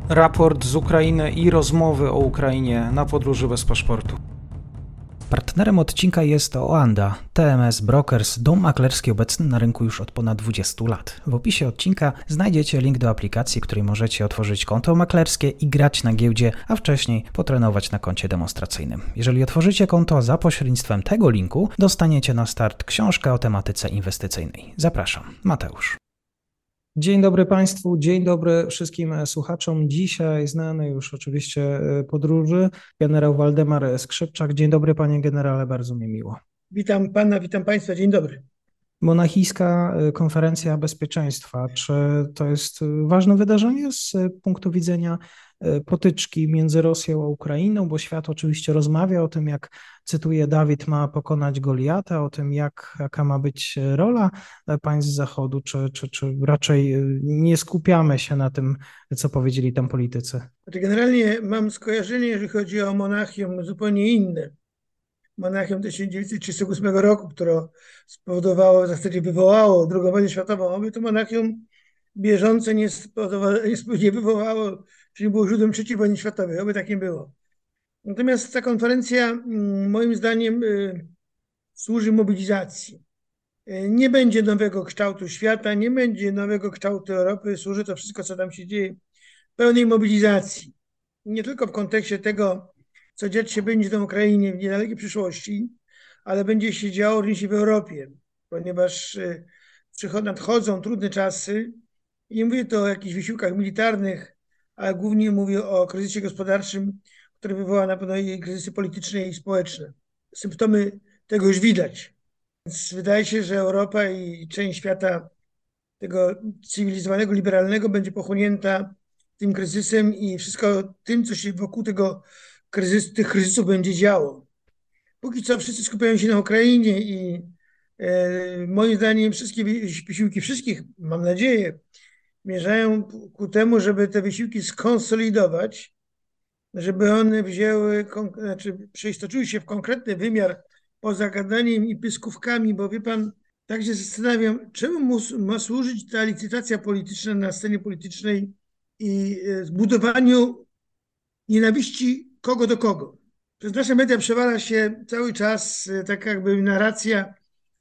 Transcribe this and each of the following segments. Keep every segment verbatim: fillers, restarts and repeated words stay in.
Raport z Ukrainy i rozmowy o Ukrainie na podróży bez paszportu. Partnerem odcinka jest Oanda, T M S Brokers, dom maklerski obecny na rynku już od ponad dwudziestu lat. W opisie odcinka znajdziecie link do aplikacji, w której możecie otworzyć konto maklerskie i grać na giełdzie, a wcześniej potrenować na koncie demonstracyjnym. Jeżeli otworzycie konto za pośrednictwem tego linku, dostaniecie na start książkę o tematyce inwestycyjnej. Zapraszam, Mateusz. Dzień dobry Państwu, dzień dobry wszystkim słuchaczom. Dzisiaj znany już oczywiście podróży generał Waldemar Skrzypczak. Dzień dobry panie generale, bardzo mi miło. Witam pana, witam państwa, dzień dobry. Monachijska konferencja bezpieczeństwa, czy to jest ważne wydarzenie z punktu widzenia potyczki między Rosją a Ukrainą, bo świat oczywiście rozmawia o tym, jak, cytuję, Dawid ma pokonać Goliata, o tym, jak, jaka ma być rola państw Zachodu, czy, czy, czy raczej nie skupiamy się na tym, co powiedzieli tam politycy? Znaczy generalnie mam skojarzenie, jeżeli chodzi o Monachium, zupełnie inne. Monachium tysiąc dziewięćset trzydziestego ósmego roku, które spowodowało, w zasadzie wywołało drugą wojnę światową, oby to Monachium bieżące nie, nie wywołało, czyli było źródłem trzeciej wojny światowej, oby tak nie było. Natomiast ta konferencja moim zdaniem służy mobilizacji. Nie będzie nowego kształtu świata, nie będzie nowego kształtu Europy, służy to wszystko, co tam się dzieje, pełnej mobilizacji. Nie tylko w kontekście tego, co dziać się będzie na Ukrainie w niedalekiej przyszłości, ale będzie się działo również w Europie, ponieważ nadchodzą trudne czasy. I nie mówię to o jakichś wysiłkach militarnych, ale głównie mówię o kryzysie gospodarczym, który wywoła na pewno i kryzysy polityczne i społeczne. Symptomy tego już widać. Więc wydaje się, że Europa i część świata tego cywilizowanego, liberalnego będzie pochłonięta tym kryzysem i wszystko tym, co się wokół tego kryzysu, tych kryzysów będzie działo. Póki co wszyscy skupiają się na Ukrainie i e, moim zdaniem wszystkie wysiłki wszystkich, mam nadzieję, zmierzają ku temu, żeby te wysiłki skonsolidować, żeby one wzięły, znaczy przeistoczyły się w konkretny wymiar poza gadaniem i pyskówkami, bo wie pan, tak się zastanawiam, czemu ma służyć ta licytacja polityczna na scenie politycznej i zbudowaniu nienawiści kogo do kogo. Przez nasze media przewala się cały czas tak jakby narracja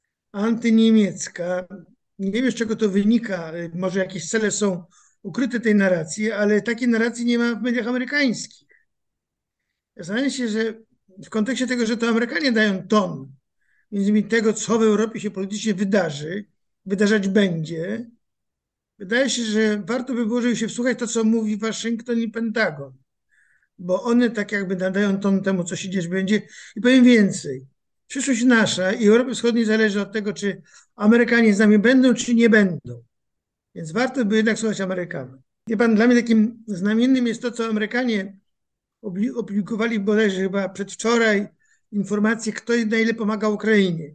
antyniemiecka. Nie wiem, z czego to wynika, może jakieś cele są ukryte tej narracji, ale takiej narracji nie ma w mediach amerykańskich. Zastanawiam się, że w kontekście tego, że to Amerykanie dają ton, między innymi tego, co w Europie się politycznie wydarzy, wydarzać będzie, wydaje się, że warto by było, żeby się wsłuchać to, co mówi Waszyngton i Pentagon, bo one tak jakby nadają ton temu, co się dziać będzie. I powiem więcej, przyszłość nasza i Europy Wschodniej zależy od tego, czy Amerykanie z nami będą, czy nie będą. Więc warto by jednak słuchać Amerykanów. Wie pan, dla mnie takim znamiennym jest to, co Amerykanie opublikowali bodajże chyba przedwczoraj informacje, kto na ile pomaga Ukrainie.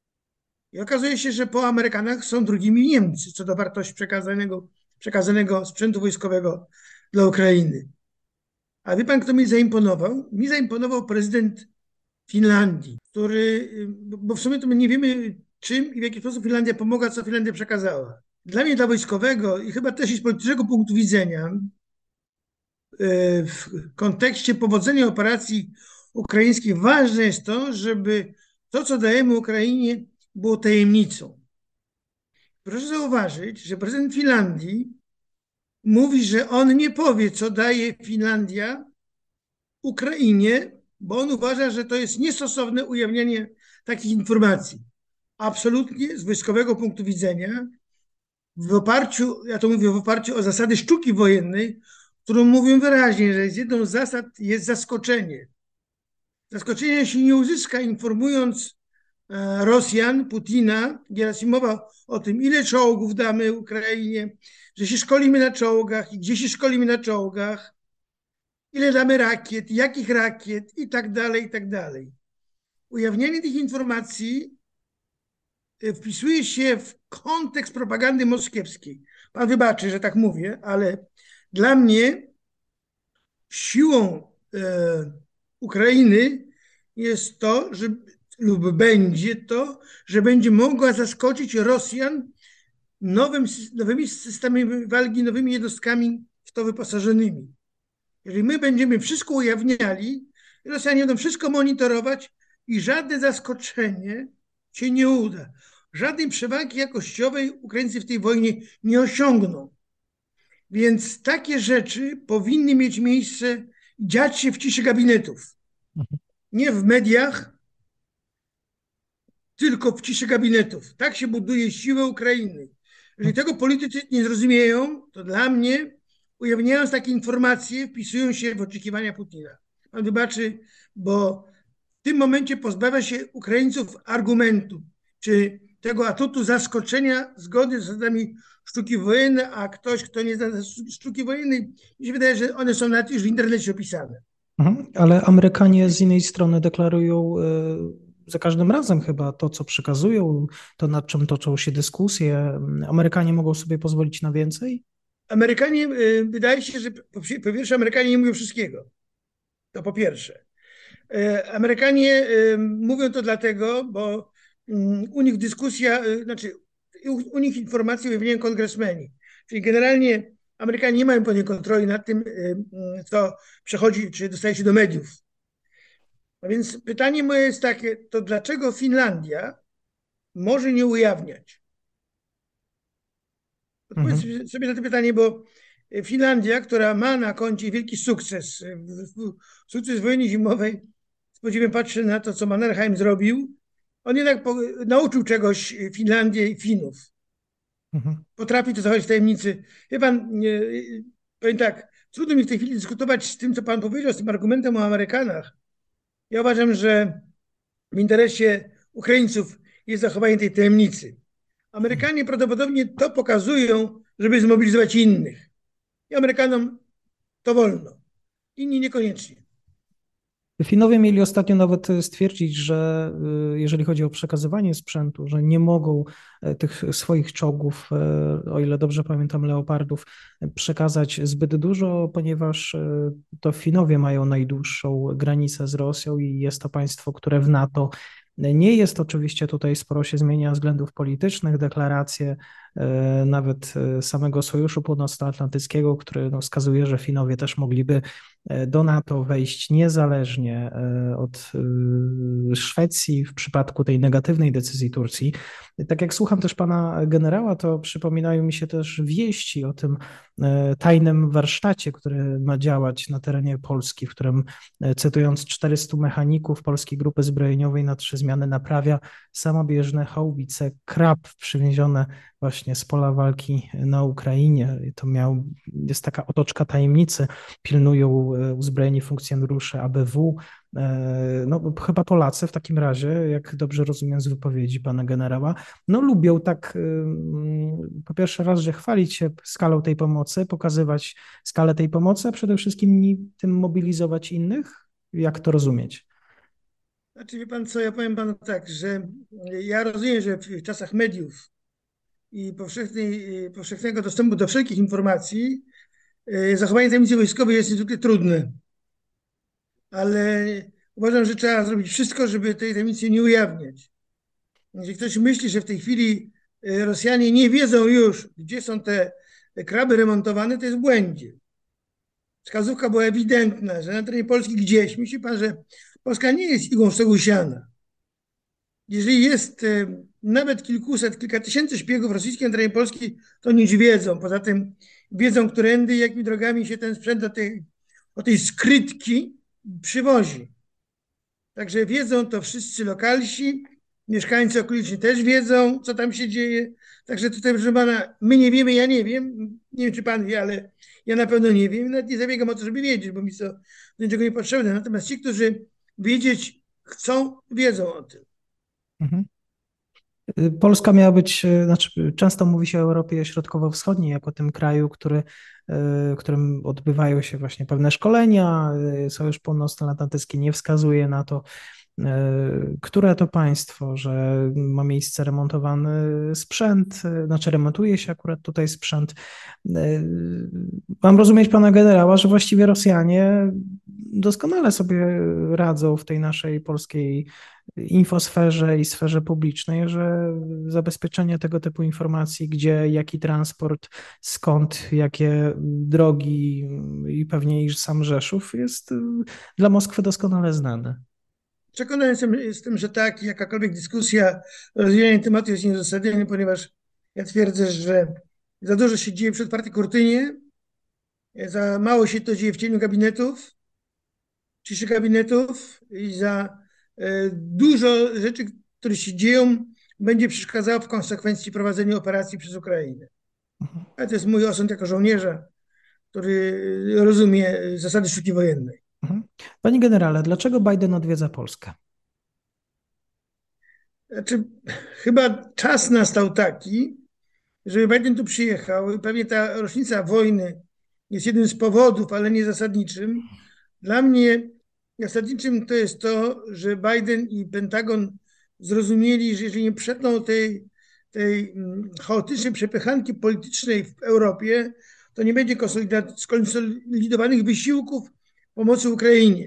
I okazuje się, że po Amerykanach są drugimi Niemcy, co do wartości przekazanego, przekazanego sprzętu wojskowego dla Ukrainy. A wie pan, kto mi zaimponował? Mi zaimponował prezydent Finlandii, który, bo w sumie to my nie wiemy, czym i w jaki sposób Finlandia pomogła, co Finlandia przekazała. Dla mnie, dla wojskowego i chyba też i z politycznego punktu widzenia, w kontekście powodzenia operacji ukraińskiej ważne jest to, żeby to, co dajemy Ukrainie, było tajemnicą. Proszę zauważyć, że prezydent Finlandii mówi, że on nie powie, co daje Finlandia Ukrainie, bo on uważa, że to jest niestosowne ujawnianie takich informacji. Absolutnie z wojskowego punktu widzenia, w oparciu, ja to mówię w oparciu o zasady sztuki wojennej, którą mówią wyraźnie, że z jedną z zasad jest zaskoczenie. Zaskoczenia się nie uzyska, informując Rosjan, Putina, Gerasimowa o tym, ile czołgów damy Ukrainie, że się szkolimy na czołgach i gdzie się szkolimy na czołgach, ile damy rakiet, jakich rakiet i tak dalej, i tak dalej. Ujawnianie tych informacji wpisuje się w kontekst propagandy moskiewskiej. Pan wybaczy, że tak mówię, ale dla mnie siłą e, Ukrainy jest to, że, lub będzie to, że będzie mogła zaskoczyć Rosjan nowym, nowymi systemami walki, nowymi jednostkami w to wyposażonymi. Jeżeli my będziemy wszystko ujawniali, Rosjanie będą wszystko monitorować i żadne zaskoczenie się nie uda. Żadnej przewagi jakościowej Ukraińcy w tej wojnie nie osiągną. Więc takie rzeczy powinny mieć miejsce, dziać się w ciszy gabinetów. Nie w mediach, tylko w ciszy gabinetów. Tak się buduje siłę Ukrainy. Jeżeli tego politycy nie zrozumieją, to dla mnie, ujawniając takie informacje, wpisują się w oczekiwania Putina. Pan wybaczy, bo w tym momencie pozbawia się Ukraińców argumentu, czy tego atutu zaskoczenia zgodnie z zasadami sztuki wojennej, a ktoś, kto nie zna sztuki wojennej, mi się wydaje, że one są nawet już w internecie opisane. Mhm. Ale Amerykanie z innej strony deklarują y, za każdym razem chyba to, co przekazują, to nad czym toczą się dyskusje. Amerykanie mogą sobie pozwolić na więcej? Amerykanie, y, wydaje się, że po, po pierwsze Amerykanie nie mówią wszystkiego. To po pierwsze. Y, Amerykanie y, mówią to dlatego, bo y, u nich dyskusja, y, znaczy u, u nich informacje ujawniają kongresmeni. Czyli generalnie Amerykanie nie mają pełnej kontroli nad tym, co przechodzi, czy dostaje się do mediów. A więc pytanie moje jest takie, to dlaczego Finlandia może nie ujawniać? Odpowiedz Mhm. sobie na to pytanie, bo Finlandia, która ma na koncie wielki sukces, sukces wojny zimowej, z podziwem patrzę na to, co Mannerheim zrobił, on jednak po, nauczył czegoś Finlandię i Finów. Mhm. Potrafi to zachować w tajemnicy. Wie pan, nie, powiem tak, trudno mi w tej chwili dyskutować z tym, co pan powiedział, z tym argumentem o Amerykanach. Ja uważam, że w interesie Ukraińców jest zachowanie tej tajemnicy. Amerykanie prawdopodobnie to pokazują, żeby zmobilizować innych. I Amerykanom to wolno. Inni niekoniecznie. Finowie mieli ostatnio nawet stwierdzić, że y, jeżeli chodzi o przekazywanie sprzętu, że nie mogą e, tych swoich czołgów, e, o ile dobrze pamiętam, leopardów, e, przekazać zbyt dużo, ponieważ e, to Finowie mają najdłuższą granicę z Rosją i jest to państwo, które w NATO nie jest. Oczywiście tutaj sporo się zmienia ze względów politycznych, deklaracje e, nawet e, samego Sojuszu Północnoatlantyckiego, który no, wskazuje, że Finowie też mogliby e, do NATO wejść niezależnie e, od e, Szwecji w przypadku tej negatywnej decyzji Turcji. Tak jak słucham też pana generała, to przypominają mi się też wieści o tym e, tajnym warsztacie, który ma działać na terenie Polski, w którym, e, cytując, czterystu mechaników Polskiej Grupy Zbrojeniowej na trzy zmiany naprawia samobieżne haubice Krab przywiezione właśnie z pola walki na Ukrainie. To miał, jest taka otoczka tajemnicy, pilnują e, uzbrojeni funkcjonariusze A B W. E, No, chyba Polacy w takim razie, jak dobrze rozumiem z wypowiedzi pana generała, no lubią tak ym, po pierwsze raz, że chwalić się skalą tej pomocy, pokazywać skalę tej pomocy, a przede wszystkim ni- tym mobilizować innych. Jak to rozumieć? Znaczy, wie pan co, ja powiem panu tak, że ja rozumiem, że w czasach mediów i powszechnej, powszechnego dostępu do wszelkich informacji e, zachowanie tajemnicy wojskowej jest niezwykle trudne. Ale uważam, że trzeba zrobić wszystko, żeby tej tajemnicy nie ujawniać. Jeżeli ktoś myśli, że w tej chwili e, Rosjanie nie wiedzą już, gdzie są te kraby remontowane, to jest w błędzie. Wskazówka była ewidentna, że na terenie Polski gdzieś, myśli pan, że Polska nie jest igłą z tego siana. Jeżeli jest e, nawet kilkuset, kilka tysięcy szpiegów rosyjskich na terenie Polski, to nic wiedzą. Poza tym wiedzą, którędy i jakimi drogami się ten sprzęt do tej, do tej skrytki przywozi. Także wiedzą to wszyscy lokalsi, mieszkańcy okoliczni też wiedzą, co tam się dzieje. Także tutaj, proszę pana, my nie wiemy, ja nie wiem, nie wiem, czy pan wie, ale ja na pewno nie wiem. Nawet nie zabiegam o to, żeby wiedzieć, bo mi to do niczego nie potrzebne. Natomiast ci, którzy wiedzieć chcą, wiedzą o tym. Mhm. Polska miała być, e, znaczy często mówi się o Europie Środkowo-Wschodniej jako tym kraju, który, e, w którym odbywają się właśnie pewne szkolenia. E, Sojusz Północnoatlantycki nie wskazuje na to, e, które to państwo, że ma miejsce remontowany sprzęt, e, znaczy remontuje się akurat tutaj sprzęt. E, Mam rozumieć pana generała, że właściwie Rosjanie doskonale sobie radzą w tej naszej polskiej infosferze i sferze publicznej, że zabezpieczenie tego typu informacji, gdzie, jaki transport, skąd, jakie drogi i pewnie i sam Rzeszów jest y, dla Moskwy doskonale znany. Przekonany jestem, jestem, że tak, jakakolwiek dyskusja, rozwijanie tematu jest nieuzasadnione, ponieważ ja twierdzę, że za dużo się dzieje przy otwartej kurtynie, za mało się to dzieje w cieniu gabinetów, ciszy gabinetów i za e, dużo rzeczy, które się dzieją, będzie przeszkadzało w konsekwencji prowadzeniu operacji przez Ukrainę. Ale to jest mój osąd jako żołnierza, który rozumie zasady sztuki wojennej. Mhm. Panie generale, dlaczego Biden odwiedza Polskę? Znaczy, chyba czas nastał taki, żeby Biden tu przyjechał i pewnie ta rocznica wojny jest jednym z powodów, ale nie zasadniczym. Dla mnie zasadniczym to jest to, że Biden i Pentagon zrozumieli, że jeżeli nie przetną tej, tej chaotycznej przepychanki politycznej w Europie, to nie będzie skonsolidowanych wysiłków pomocy Ukrainie.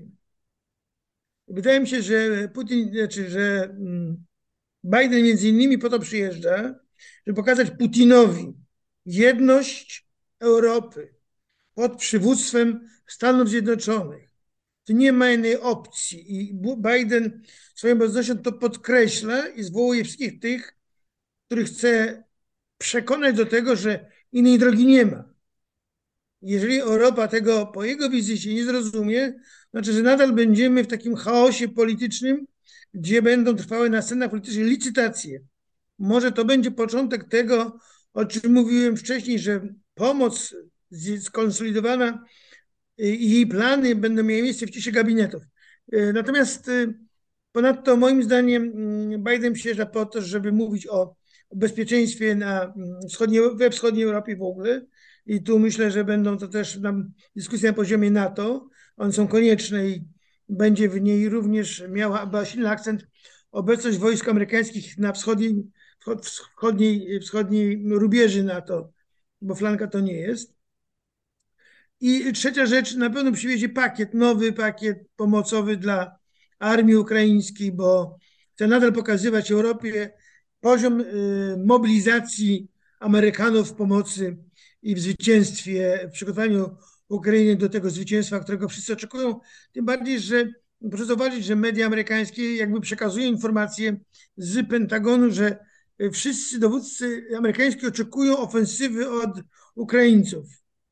Wydaje mi się, że Putin, znaczy, że Biden między innymi po to przyjeżdża, żeby pokazać Putinowi jedność Europy pod przywództwem Stanów Zjednoczonych. Tu nie ma innej opcji i Biden swoją obecnością to podkreśla i zwołuje wszystkich tych, których chce przekonać do tego, że innej drogi nie ma. Jeżeli Europa tego po jego wizycie nie zrozumie, znaczy, że nadal będziemy w takim chaosie politycznym, gdzie będą trwały na scenach politycznych licytacje. Może to będzie początek tego, o czym mówiłem wcześniej, że pomoc skonsolidowana i jej plany będą miały miejsce w ciszy gabinetów. Natomiast ponadto moim zdaniem Biden przyjeżdża po to, żeby mówić o bezpieczeństwie na wschodniej, we wschodniej Europie w ogóle. I tu myślę, że będą to też nam dyskusje na poziomie NATO. One są konieczne i będzie w niej również miała silny akcent obecność wojsk amerykańskich na wschodniej, wschodniej, wschodniej rubieży NATO, bo flanka to nie jest. I trzecia rzecz, na pewno przywiezie pakiet, nowy pakiet pomocowy dla armii ukraińskiej, bo chce nadal pokazywać Europie poziom mobilizacji Amerykanów w pomocy i w zwycięstwie, w przygotowaniu Ukrainy do tego zwycięstwa, którego wszyscy oczekują. Tym bardziej, że proszę zauważyć, że media amerykańskie jakby przekazują informacje z Pentagonu, że wszyscy dowódcy amerykańscy oczekują ofensywy od Ukraińców.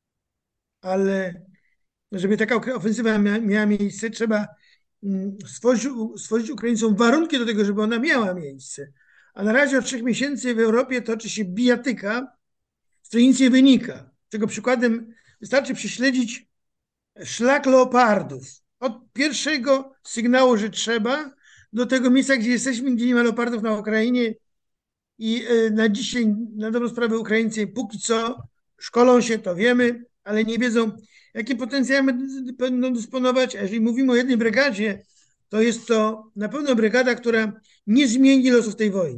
Ale żeby taka ofensywa miała miejsce, trzeba stworzyć, stworzyć Ukraińcom warunki do tego, żeby ona miała miejsce. A na razie od trzech miesięcy w Europie toczy się bijatyka, z której nic nie wynika. Czego przykładem wystarczy prześledzić szlak leopardów. Od pierwszego sygnału, że trzeba, do tego miejsca, gdzie jesteśmy, gdzie nie ma leopardów na Ukrainie. I na dzisiaj, na dobrą sprawę, Ukraińcy póki co szkolą się, to wiemy, ale nie wiedzą, jakie potencjały będą dysponować. A jeżeli mówimy o jednej brygadzie, to jest to na pewno brygada, która nie zmieni losów tej wojny.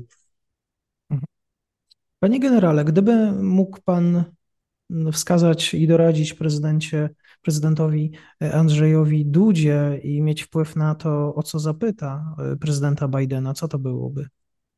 Panie generale, gdyby mógł pan wskazać i doradzić prezydencie, prezydentowi Andrzejowi Dudzie i mieć wpływ na to, o co zapyta prezydenta Bidena, co to byłoby?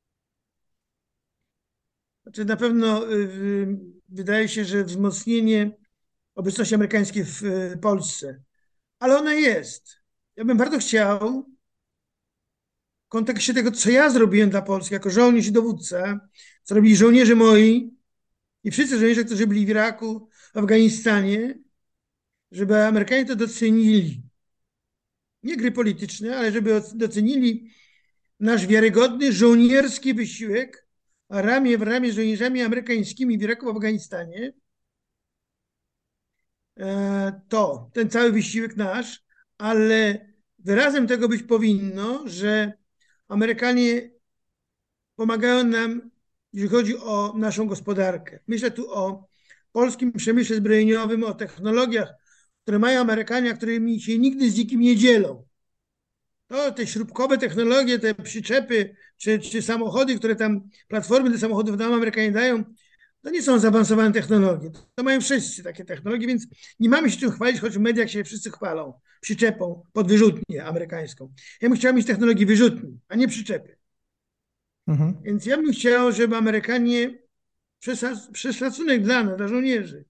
Znaczy na pewno y, wydaje się, że wzmocnienie obecności amerykańskiej w y, Polsce, ale ona jest. Ja bym bardzo chciał w kontekście tego, co ja zrobiłem dla Polski jako żołnierz i dowódca, co robili żołnierze moi i wszyscy żołnierze, którzy byli w Iraku, w Afganistanie, żeby Amerykanie to docenili. Nie gry polityczne, ale żeby docenili nasz wiarygodny żołnierski wysiłek, a ramię w ramię z żołnierzami amerykańskimi w Iraku, w Afganistanie, to ten cały wysiłek nasz, ale wyrazem tego być powinno, że Amerykanie pomagają nam, jeżeli chodzi o naszą gospodarkę. Myślę tu o polskim przemyśle zbrojeniowym, o technologiach, które mają Amerykanie, a którymi się nigdy z nikim nie dzielą. To te śrubkowe technologie, te przyczepy, czy, czy samochody, które tam, platformy do samochodów nam Amerykanie dają, To nie są zaawansowane technologie. To mają wszyscy takie technologie, więc nie mamy się czym chwalić, choć w mediach się wszyscy chwalą przyczepą pod wyrzutnię amerykańską. Ja bym chciał mieć technologię wyrzutni, a nie przyczepy. Mhm. Więc ja bym chciał, żeby Amerykanie przez szacunek dla nas, dla żołnierzy,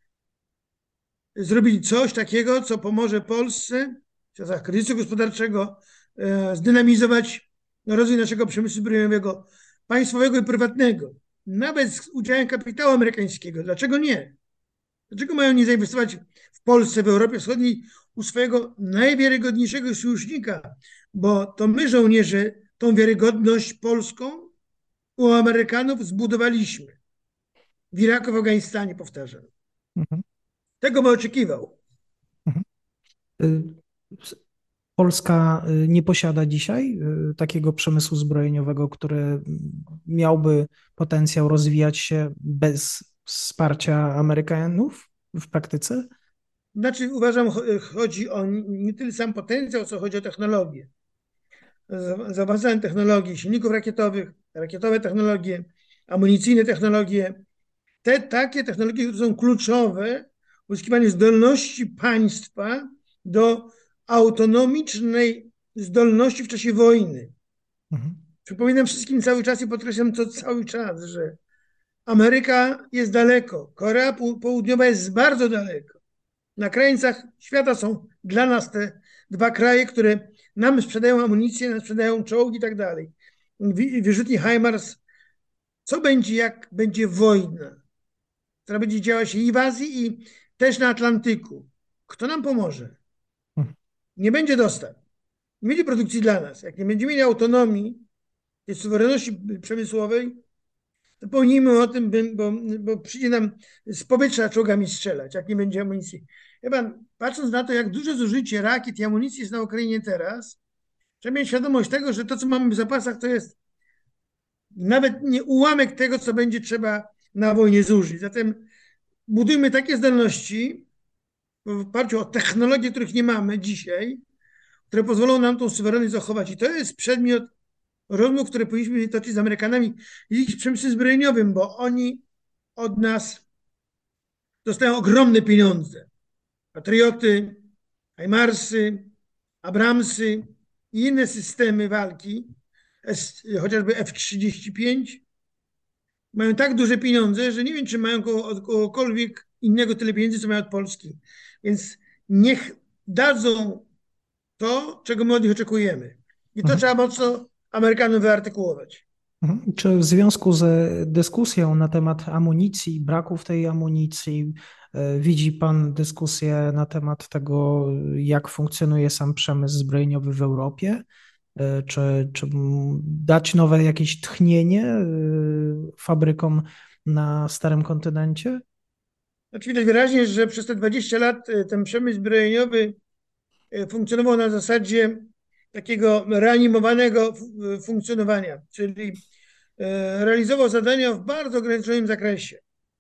zrobili coś takiego, co pomoże Polsce w czasach kryzysu gospodarczego e, zdynamizować rozwój naszego przemysłu zbrojeniowego, państwowego i prywatnego, nawet z udziałem kapitału amerykańskiego. Dlaczego nie? Dlaczego mają nie zainwestować w Polsce, w Europie Wschodniej u swojego najwiarygodniejszego sojusznika? Bo to my, żołnierze, tą wiarygodność polską u Amerykanów zbudowaliśmy. W Iraku, w Afganistanie, powtarzam. Mhm. Tego bym oczekiwał. Mhm. Y, Polska y, nie posiada dzisiaj y, takiego przemysłu zbrojeniowego, który miałby potencjał rozwijać się bez wsparcia Amerykanów w praktyce? Znaczy, uważam, chodzi o nie tyle sam potencjał, co chodzi o technologię. Zaawansowane technologie silników rakietowych, rakietowe technologie, amunicyjne technologie. Te takie technologie, które są kluczowe w uzyskiwaniu zdolności państwa do autonomicznej zdolności w czasie wojny. Mhm. Przypominam wszystkim cały czas i podkreślam to cały czas, że Ameryka jest daleko, Korea Południowa jest bardzo daleko. Na krańcach świata są dla nas te dwa kraje, które nam sprzedają amunicję, nam sprzedają czołgi i tak dalej. Wyrzutni HIMARS. Co będzie, jak będzie wojna, która będzie działa się i w Azji, i też na Atlantyku? Kto nam pomoże? Nie będzie dostaw. Nie będzie produkcji dla nas. Jak nie będziemy mieli autonomii, tej suwerenności przemysłowej, to pomnijmy o tym, bo, bo przyjdzie nam z powietrza czołgami strzelać, jak nie będzie amunicji. Ja pan, patrząc na to, jak duże zużycie rakiet i amunicji jest na Ukrainie teraz, trzeba mieć świadomość tego, że to, co mamy w zapasach, to jest nawet nie ułamek tego, co będzie trzeba na wojnie zużyć. Zatem budujmy takie zdolności w oparciu o technologie, których nie mamy dzisiaj, które pozwolą nam tą suwerenność zachować. I to jest przedmiot rozmów, które powinniśmy toczyć z Amerykanami i ich przemysłem zbrojeniowym, bo oni od nas dostają ogromne pieniądze. Patrioty, HIMARSy, Abramsy i inne systemy walki, chociażby F trzydzieści pięć, mają tak duże pieniądze, że nie wiem, czy mają od kogokolwiek innego tyle pieniędzy, co mają od Polski. Więc niech dadzą to, czego my od nich oczekujemy. I to Mhm. trzeba mocno Amerykanom wyartykułować. Mhm. Czy w związku z dyskusją na temat amunicji, braków tej amunicji, e, widzi Pan dyskusję na temat tego, jak funkcjonuje sam przemysł zbrojeniowy w Europie? E, Czy, czy m- dać nowe jakieś tchnienie e, fabrykom na starym kontynencie? Znaczy widać wyraźnie, że przez te dwadzieścia lat e, ten przemysł zbrojeniowy e, funkcjonował na zasadzie takiego reanimowanego f- funkcjonowania, czyli e, realizował zadania w bardzo ograniczonym zakresie.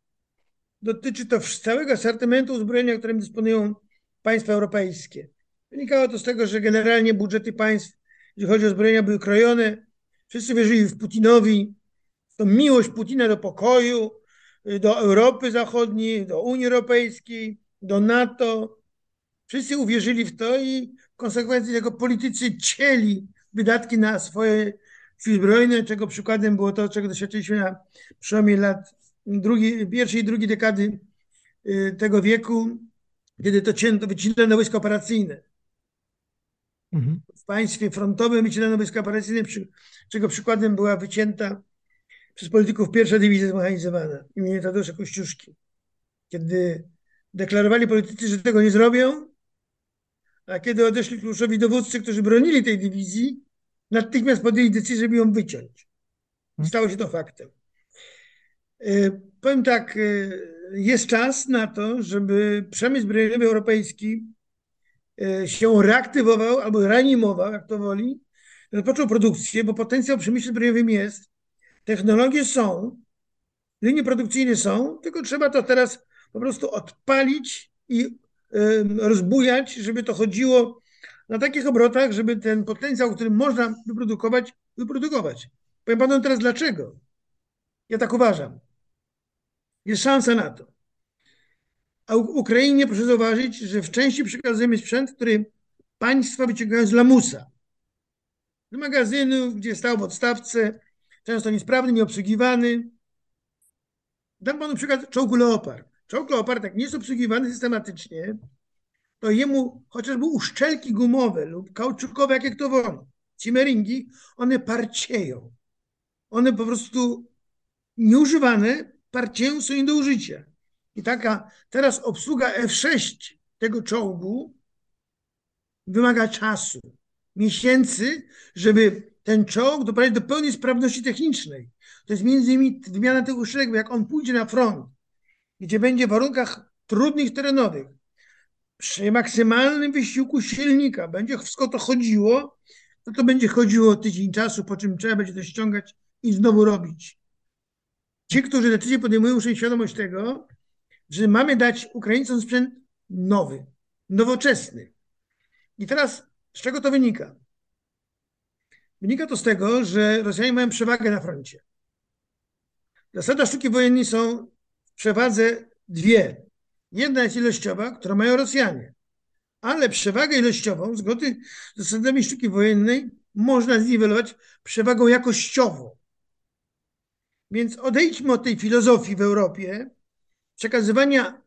Dotyczy to całego asortymentu uzbrojenia, którym dysponują państwa europejskie. Wynikało to z tego, że generalnie budżety państw, jeżeli chodzi o zbrojenia, były krojone. Wszyscy wierzyli w Putinowi, w tą miłość Putina do pokoju, do Europy Zachodniej, do Unii Europejskiej, do NATO. Wszyscy uwierzyli w to i w konsekwencji tego politycy cięli wydatki na swoje siły zbrojne, czego przykładem było to, czego doświadczyliśmy na przełomie lat drugiej, pierwszej i drugiej dekady y, tego wieku, kiedy to cięto, wycinano wojska operacyjne. Mhm. W państwie frontowym wycinano wojska operacyjne, przy, czego przykładem była wycięta przez polityków pierwsza dywizja zmechanizowana imienia Tadeusza Kościuszki. Kiedy deklarowali politycy, że tego nie zrobią, a kiedy odeszli kluczowi dowódcy, którzy bronili tej dywizji, natychmiast podjęli decyzję, żeby ją wyciąć. I stało się to faktem. Powiem tak, jest czas na to, żeby przemysł zbrojeniowy europejski się reaktywował albo reanimował, jak to woli, rozpoczął produkcję, bo potencjał w przemyśle zbrojeniowym jest, technologie są, linie produkcyjne są, tylko trzeba to teraz po prostu odpalić i rozbujać, żeby to chodziło na takich obrotach, żeby ten potencjał, który można wyprodukować, wyprodukować. Powiem panu teraz dlaczego. Ja tak uważam. Jest szansa na to. A Ukrainie proszę zauważyć, że w części przekazujemy sprzęt, który państwa wyciągają z lamusa. Do magazynów, gdzie stał w odstawce, często niesprawny, nieobsługiwany. Dam panu przykład czołgu Leopard. Czołg Leopard, jak nie jest obsługiwany systematycznie, to jemu chociażby uszczelki gumowe lub kauczukowe, jakie kto woli, cimmeringi, one parcieją. One po prostu nieużywane parcieją są nie do użycia. I taka teraz obsługa F sześć tego czołgu wymaga czasu, miesięcy, żeby ten czołg doprowadzić do pełnej sprawności technicznej. To jest między innymi wymiana tych uszczelek, bo jak on pójdzie na front, gdzie będzie w warunkach trudnych, terenowych, przy maksymalnym wysiłku silnika będzie wszystko to chodziło, to to będzie chodziło tydzień czasu, po czym trzeba będzie to ściągać i znowu robić. Ci, którzy decyzje podejmują, muszą mieć świadomość tego, że mamy dać Ukraińcom sprzęt nowy, nowoczesny. I teraz z czego to wynika? Wynika to z tego, że Rosjanie mają przewagę na froncie. Zasada sztuki wojennej są w przewadze dwie. Jedna jest ilościowa, którą mają Rosjanie, ale przewagę ilościową, zgodnie z zasadami sztuki wojennej, można zniwelować przewagą jakościową. Więc odejdźmy od tej filozofii w Europie przekazywania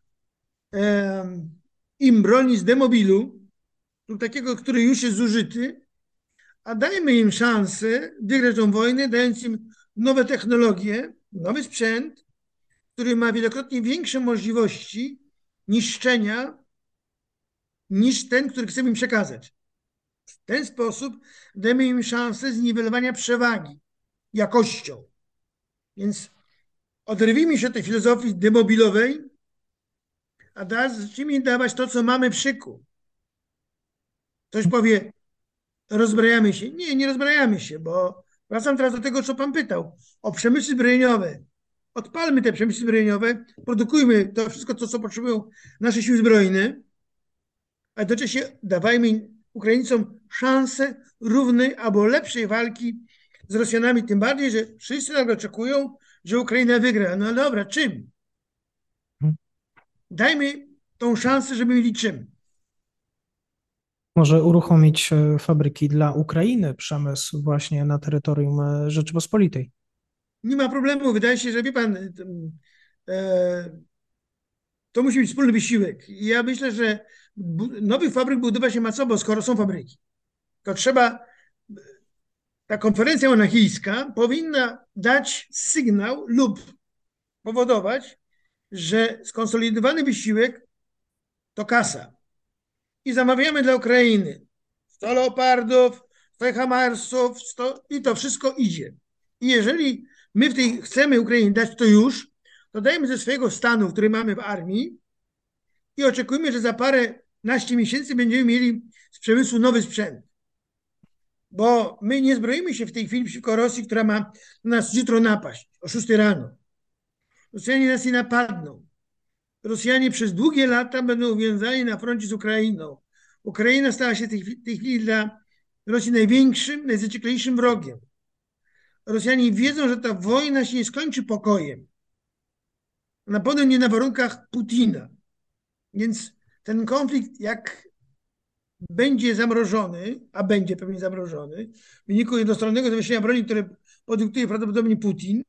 e, im broni z demobilu, lub takiego, który już jest zużyty, a dajmy im szansę wygrać tą wojnę, dając im nowe technologie, nowy sprzęt, który ma wielokrotnie większe możliwości niszczenia niż ten, który chcemy im przekazać. W ten sposób dajemy im szansę zniwelowania przewagi jakością. Więc oderwijmy się od tej filozofii demobilowej, a zacznijmy im dawać to, co mamy w szyku. Ktoś powie, rozbrajamy się. Nie, nie rozbrajamy się, bo wracam teraz do tego, co pan pytał, o przemysły zbrojeniowe. Odpalmy te przemysły zbrojeniowe, produkujmy to wszystko, to, co potrzebują nasze siły zbrojne, a jednocześnie dawajmy Ukraińcom szansę równej albo lepszej walki z Rosjanami, tym bardziej, że wszyscy nagle oczekują, że Ukraina wygra. No dobra, czym? Dajmy tą szansę, żeby mieli czym. Może uruchomić e, fabryki dla Ukrainy, przemysł właśnie na terytorium e, Rzeczypospolitej. Nie ma problemu. Wydaje się, że wie pan, e, to musi być wspólny wysiłek. I ja myślę, że nowych fabryk budować się ma co, bo skoro są fabryki, to trzeba, ta konferencja monachijska powinna dać sygnał lub powodować, że skonsolidowany wysiłek to kasa. I zamawiamy dla Ukrainy sto leopardów, sto hamarsów, sto, i to wszystko idzie. I jeżeli my w tej chcemy Ukrainie dać to już, to dajmy ze swojego stanu, który mamy w armii i oczekujmy, że za parę naście miesięcy będziemy mieli z przemysłu nowy sprzęt. Bo my nie zbroimy się w tej chwili przeciwko Rosji, która ma na nas jutro napaść o szóstej rano. Rosjanie nas nie napadną. Rosjanie przez długie lata będą uwiązani na froncie z Ukrainą. Ukraina stała się w tej, tej chwili dla Rosji największym, najzacieklejszym wrogiem. Rosjanie wiedzą, że ta wojna się nie skończy pokojem. Na pewno nie na warunkach Putina. Więc ten konflikt, jak będzie zamrożony, a będzie pewnie zamrożony, w wyniku jednostronnego zawieszenia broni, które podyktuje prawdopodobnie Putin,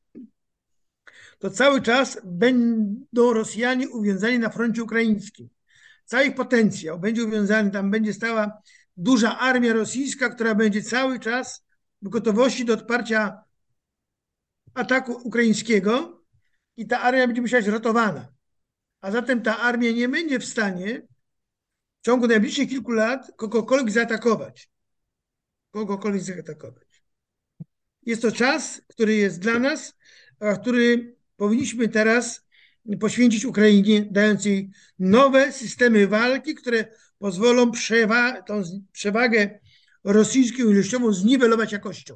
to cały czas będą Rosjanie uwiązani na froncie ukraińskim. Cały ich potencjał będzie uwiązany, tam będzie stała duża armia rosyjska, która będzie cały czas w gotowości do odparcia ataku ukraińskiego i ta armia będzie musiała być ratowana. A zatem ta armia nie będzie w stanie w ciągu najbliższych kilku lat kogokolwiek zaatakować. Kogokolwiek zaatakować. Jest to czas, który jest dla nas, a który powinniśmy teraz poświęcić Ukrainie, dając jej nowe systemy walki, które pozwolą przewa- tą przewagę rosyjską ilościową zniwelować jakością.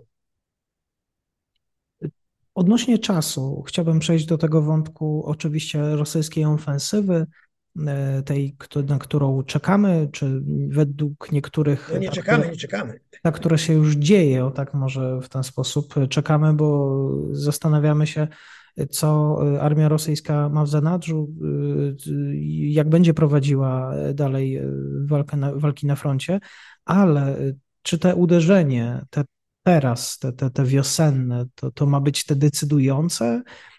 Odnośnie czasu, chciałbym przejść do tego wątku oczywiście rosyjskiej ofensywy, tej, na którą czekamy, czy według niektórych... No nie ta, czekamy, która, nie czekamy. Ta, która się już dzieje, o tak może w ten sposób czekamy, bo zastanawiamy się, co armia rosyjska ma w zanadrzu, jak będzie prowadziła dalej walkę na, walki na froncie, ale czy te uderzenie, te teraz, te, te, te wiosenne, to, to ma być te decydujące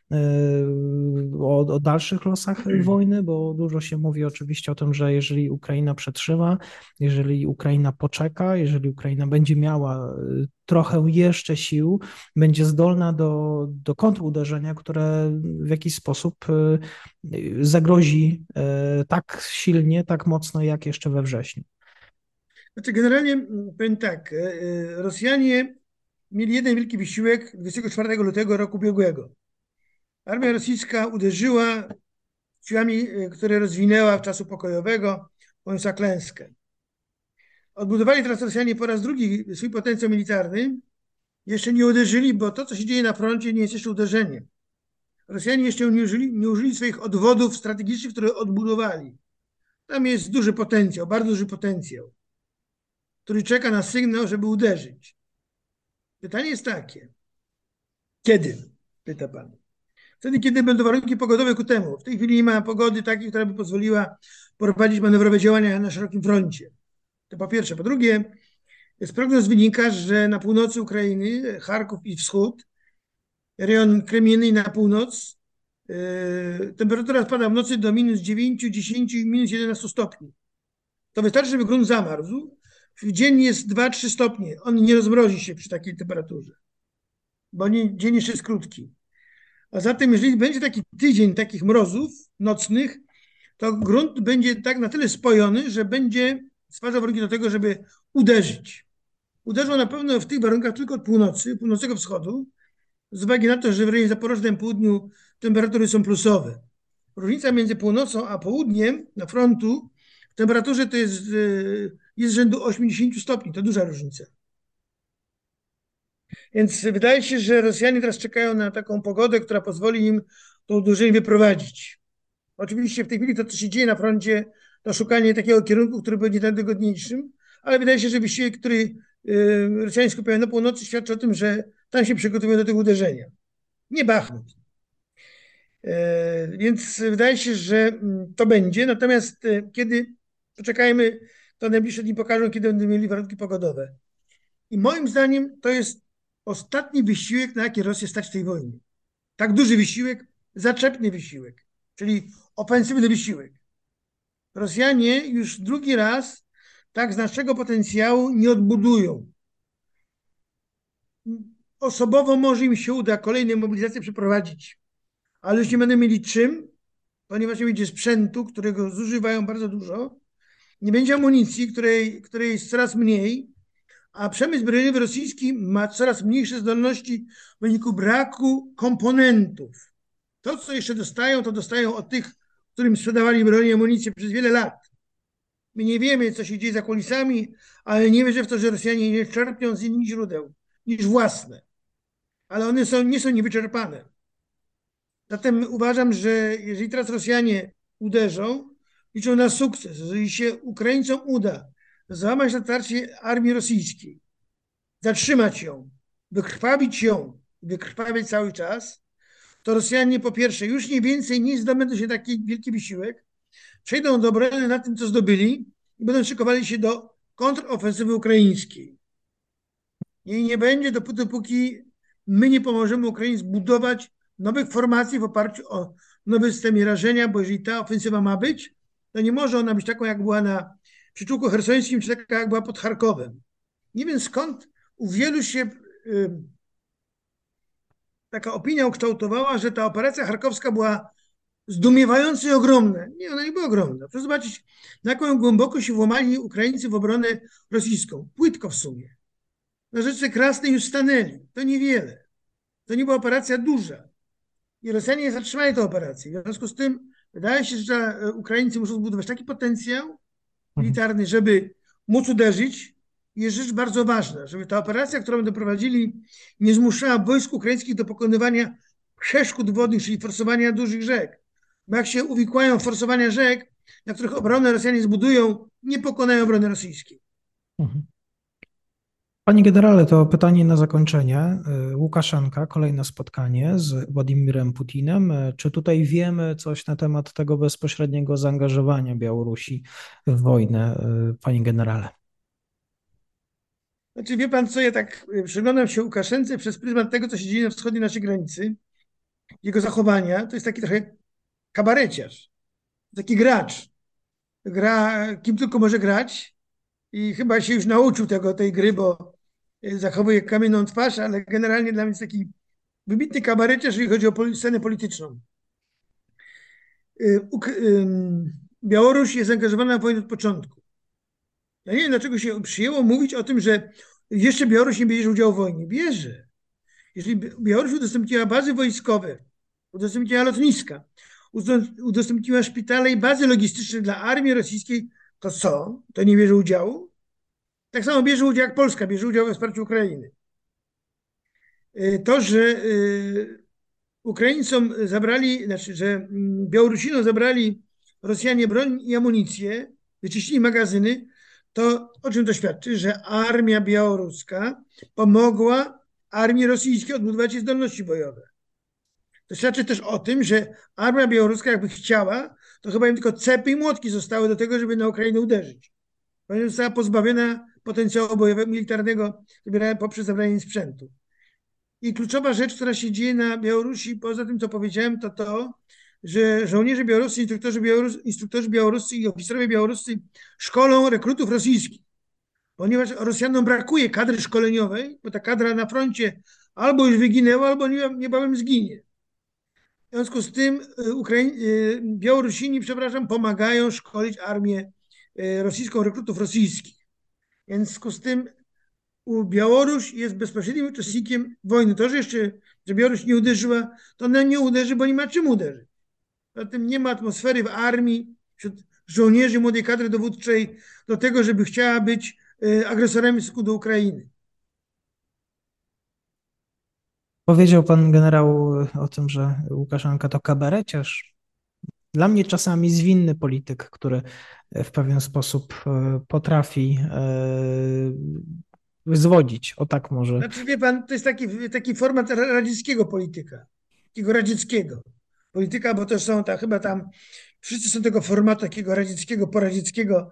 o, o dalszych losach wojny, bo dużo się mówi oczywiście o tym, że jeżeli Ukraina przetrzyma, jeżeli Ukraina poczeka, jeżeli Ukraina będzie miała trochę jeszcze sił, będzie zdolna do, do kontruderzenia, które w jakiś sposób zagrozi tak silnie, tak mocno jak jeszcze we wrześniu. Znaczy generalnie powiem tak, Rosjanie mieli jeden wielki wysiłek dwudziestego czwartego lutego roku ubiegłego. Armia rosyjska uderzyła siłami, które rozwinęła w czasu pokojowego, poniosła klęskę. Odbudowali teraz Rosjanie po raz drugi swój potencjał militarny. Jeszcze nie uderzyli, bo to, co się dzieje na froncie, nie jest jeszcze uderzeniem. Rosjanie jeszcze nie użyli, nie użyli swoich odwodów strategicznych, które odbudowali. Tam jest duży potencjał, bardzo duży potencjał, który czeka na sygnał, żeby uderzyć. Pytanie jest takie. Kiedy? Pyta pan. Wtedy, kiedy będą warunki pogodowe ku temu. W tej chwili nie ma pogody takiej, która by pozwoliła prowadzić manewrowe działania na szerokim froncie. To po pierwsze. Po drugie, z prognoz wynika, że na północy Ukrainy, Charków i wschód, rejon Kremienny na północ, yy, temperatura spada w nocy do minus dziewięć, dziesięć i minus jedenaście stopni. To wystarczy, żeby grunt zamarzł. W dzień jest dwa trzy stopnie. On nie rozmrozi się przy takiej temperaturze, bo nie, dzień jeszcze jest krótki. A zatem, jeżeli będzie taki tydzień takich mrozów nocnych, to grunt będzie tak na tyle spojony, że będzie stwarzał warunki do tego, żeby uderzyć. Uderzą na pewno w tych warunkach tylko od północy, północnego wschodu, z uwagi na to, że w rejonie zaporożnym południu temperatury są plusowe. Różnica między północą a południem na frontu w temperaturze to jest, jest rzędu osiemdziesiąt stopni. To duża różnica. Więc wydaje się, że Rosjanie teraz czekają na taką pogodę, która pozwoli im to uderzenie wyprowadzić. Oczywiście w tej chwili to, co się dzieje na froncie, to szukanie takiego kierunku, który będzie najdogodniejszym, ale wydaje się, że wysiłek, który Rosjanie skupiają na północy, świadczy o tym, że tam się przygotowują do tego uderzenia. Nie Bachmut. Więc wydaje się, że to będzie. Natomiast kiedy, poczekajmy, to najbliższe dni pokażą, kiedy będą mieli warunki pogodowe. I moim zdaniem to jest ostatni wysiłek, na jaki Rosję stać w tej wojnie. Tak duży wysiłek, zaczepny wysiłek, czyli ofensywny wysiłek. Rosjanie już drugi raz tak znacznego potencjału nie odbudują. Osobowo może im się uda kolejne mobilizacje przeprowadzić, ale już nie będą mieli czym, ponieważ nie będzie sprzętu, którego zużywają bardzo dużo, nie będzie amunicji, której, której jest coraz mniej, a przemysł zbrojeniowy rosyjski ma coraz mniejsze zdolności w wyniku braku komponentów. To, co jeszcze dostają, to dostają od tych, którym sprzedawali broń i amunicję przez wiele lat. My nie wiemy, co się dzieje za kulisami, ale nie wierzę w to, że Rosjanie nie czerpią z innych źródeł niż własne. Ale one są, nie są niewyczerpane. Zatem uważam, że jeżeli teraz Rosjanie uderzą, liczą na sukces. Jeżeli się Ukraińcom uda załamać natarcie armii rosyjskiej, zatrzymać ją, wykrwawić ją, wykrwawiać cały czas, to Rosjanie po pierwsze już nie więcej nie zdobędą się taki wielki wysiłek, przejdą do obrony na tym, co zdobyli i będą szykowali się do kontrofensywy ukraińskiej. Jej nie będzie, dopóty, dopóki my nie pomożemy Ukrainie zbudować nowych formacji w oparciu o nowy system rażenia, bo jeżeli ta ofensywa ma być, to nie może ona być taką, jak była na przyczółku chersońskim, czy taka, jak była pod Charkowem. Nie wiem skąd u wielu się y, taka opinia ukształtowała, że ta operacja charkowska była zdumiewająca i ogromna. Nie, ona nie była ogromna. Proszę zobaczyć, na jaką głęboko się włamali Ukraińcy w obronę rosyjską. Płytko w sumie. Na Rzece Krasnej już stanęli. To niewiele. To nie była operacja duża. I Rosjanie zatrzymali tę operację. W związku z tym wydaje się, że Ukraińcy muszą zbudować taki potencjał militarny, żeby móc uderzyć. I jest rzecz bardzo ważna, żeby ta operacja, którą będą prowadzili, nie zmuszała wojsk ukraińskich do pokonywania przeszkód wodnych, czyli forsowania dużych rzek. Bo jak się uwikłają w forsowania rzek, na których obronę Rosjanie zbudują, nie pokonają obrony rosyjskiej. Mhm. Panie generale, to pytanie na zakończenie. Y, Łukaszenka, kolejne spotkanie z Władimirem Putinem. Y, Czy tutaj wiemy coś na temat tego bezpośredniego zaangażowania Białorusi w wojnę, y, panie generale? Znaczy, wie pan co, ja tak y, przyglądam się Łukaszence przez pryzmat tego, co się dzieje na wschodniej naszej granicy, jego zachowania. To jest taki trochę kabareciarz, taki gracz. Gra kim tylko może grać i chyba się już nauczył tego, tej gry, bo y, zachowuje kamienną twarz, ale generalnie dla mnie jest taki wybitny kabareciarz, jeżeli chodzi o poli- scenę polityczną. Y, Uk- ym, Białoruś jest zaangażowana w wojnę od początku. Ja nie wiem, dlaczego się przyjęło mówić o tym, że jeszcze Białoruś nie bierze udziału w wojnie. Bierze. Jeżeli Białoruś udostępniła bazy wojskowe, udostępniła lotniska, udostępniła szpitale i bazy logistyczne dla armii rosyjskiej, to co? To nie bierze udziału? Tak samo bierze udział jak Polska, bierze udział we wsparciu Ukrainy. Y, To, że y, Ukraińcom zabrali, znaczy, że mm, Białorusinom zabrali Rosjanie broń i amunicję, wyczyścili magazyny, to o czym to świadczy? Że armia białoruska pomogła armii rosyjskiej odbudować jej zdolności bojowe. To świadczy też o tym, że armia białoruska jakby chciała, to chyba im tylko cepy i młotki zostały do tego, żeby na Ukrainę uderzyć. Ponieważ została pozbawiona potencjału bojowego, militarnego poprzez zabranie sprzętu. I kluczowa rzecz, która się dzieje na Białorusi, poza tym, co powiedziałem, to to, że żołnierze białoruscy, instruktorzy, białorus, instruktorzy białoruscy i oficerowie białoruscy szkolą rekrutów rosyjskich, ponieważ Rosjanom brakuje kadry szkoleniowej, bo ta kadra na froncie albo już wyginęła, albo niebawem zginie. W związku z tym Ukraiń, Białorusini, przepraszam, pomagają szkolić armię rosyjską, rekrutów rosyjskich. Więc w związku z tym Białoruś jest bezpośrednim uczestnikiem wojny. To, że jeszcze, że Białoruś nie uderzyła, to ona nie uderzy, bo nie ma czym uderzyć. Zatem nie ma atmosfery w armii, wśród żołnierzy, młodej kadry dowódczej do tego, żeby chciała być agresorem w stosunku do Ukrainy. Powiedział pan generał o tym, że Łukaszenka to kabareciarz. Dla mnie czasami zwinny polityk, który w pewien sposób e, potrafi e, zwodzić, o tak może. Znaczy, wie pan, to jest taki, taki format radzieckiego polityka, takiego radzieckiego polityka, bo też są tam, chyba tam, wszyscy są tego formatu takiego radzieckiego, poradzieckiego.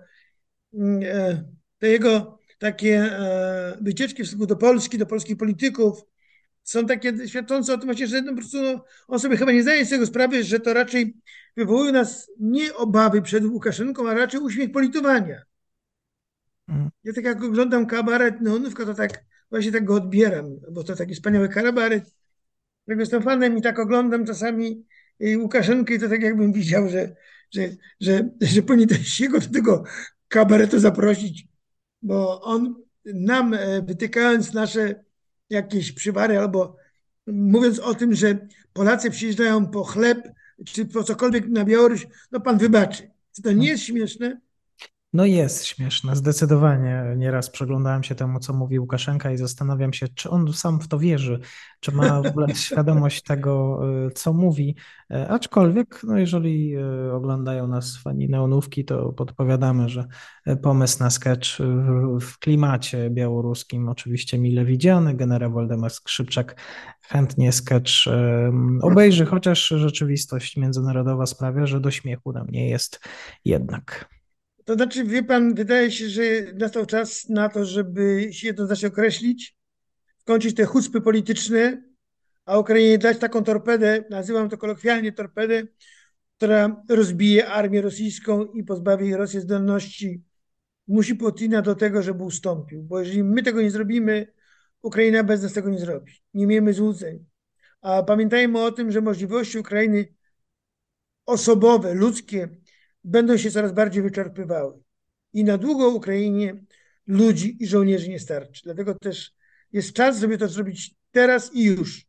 E, Te jego takie e, wycieczki w stosunku do Polski, do polskich polityków są takie świadczące o tym właśnie, że no, po prostu no, on sobie chyba nie zdaje z tego sprawy, że to raczej wywołuje nas nie obawy przed Łukaszenką, a raczej uśmiech politowania. Mm. Ja tak jak oglądam kabaret Neonówka, to tak właśnie tak go odbieram, bo to taki wspaniały kabaret, którego jestem fanem i tak oglądam czasami y, Łukaszenkę i to tak jakbym widział, że, że, że, że powinien się go do tego kabaretu zaprosić, bo on nam, e, wytykając nasze jakieś przywary albo mówiąc o tym, że Polacy przyjeżdżają po chleb czy po cokolwiek na Białoruś, no pan wybaczy. Czy to nie jest śmieszne? No jest śmieszne, zdecydowanie. Nieraz przyglądałem się temu, co mówi Łukaszenka i zastanawiam się, czy on sam w to wierzy, czy ma w ogóle świadomość tego, y, co mówi. E, Aczkolwiek, no jeżeli y, oglądają nas fani neonówki, to podpowiadamy, że e, pomysł na sketch w, w klimacie białoruskim oczywiście mile widziany. Generał Waldemar Skrzypczak chętnie sketch em, obejrzy, chociaż rzeczywistość międzynarodowa sprawia, że do śmiechu nam nie jest jednak. To znaczy, wie pan, wydaje się, że nastał czas na to, żeby się jednoznacznie określić, skończyć te chucpy polityczne, a Ukrainie dać taką torpedę, nazywam to kolokwialnie torpedę, która rozbije armię rosyjską i pozbawi jej Rosję zdolności, musi Putina do tego, żeby ustąpił. Bo jeżeli my tego nie zrobimy, Ukraina bez nas tego nie zrobi. Nie miejmy złudzeń. A pamiętajmy o tym, że możliwości Ukrainy osobowe, ludzkie będą się coraz bardziej wyczerpywały. I na długo Ukrainie ludzi i żołnierzy nie starczy. Dlatego też jest czas, żeby to zrobić teraz i już.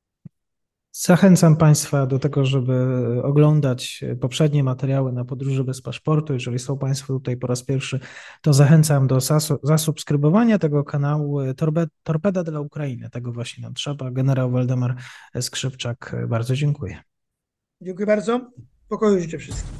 Zachęcam Państwa do tego, żeby oglądać poprzednie materiały na Podróży bez paszportu. Jeżeli są Państwo tutaj po raz pierwszy, to zachęcam do zasu- zasubskrybowania tego kanału Torbe- Torpeda dla Ukrainy. Tego właśnie nam trzeba. Generał Waldemar Skrzypczak, bardzo dziękuję. Dziękuję bardzo. Pokoju życzę wszystkim.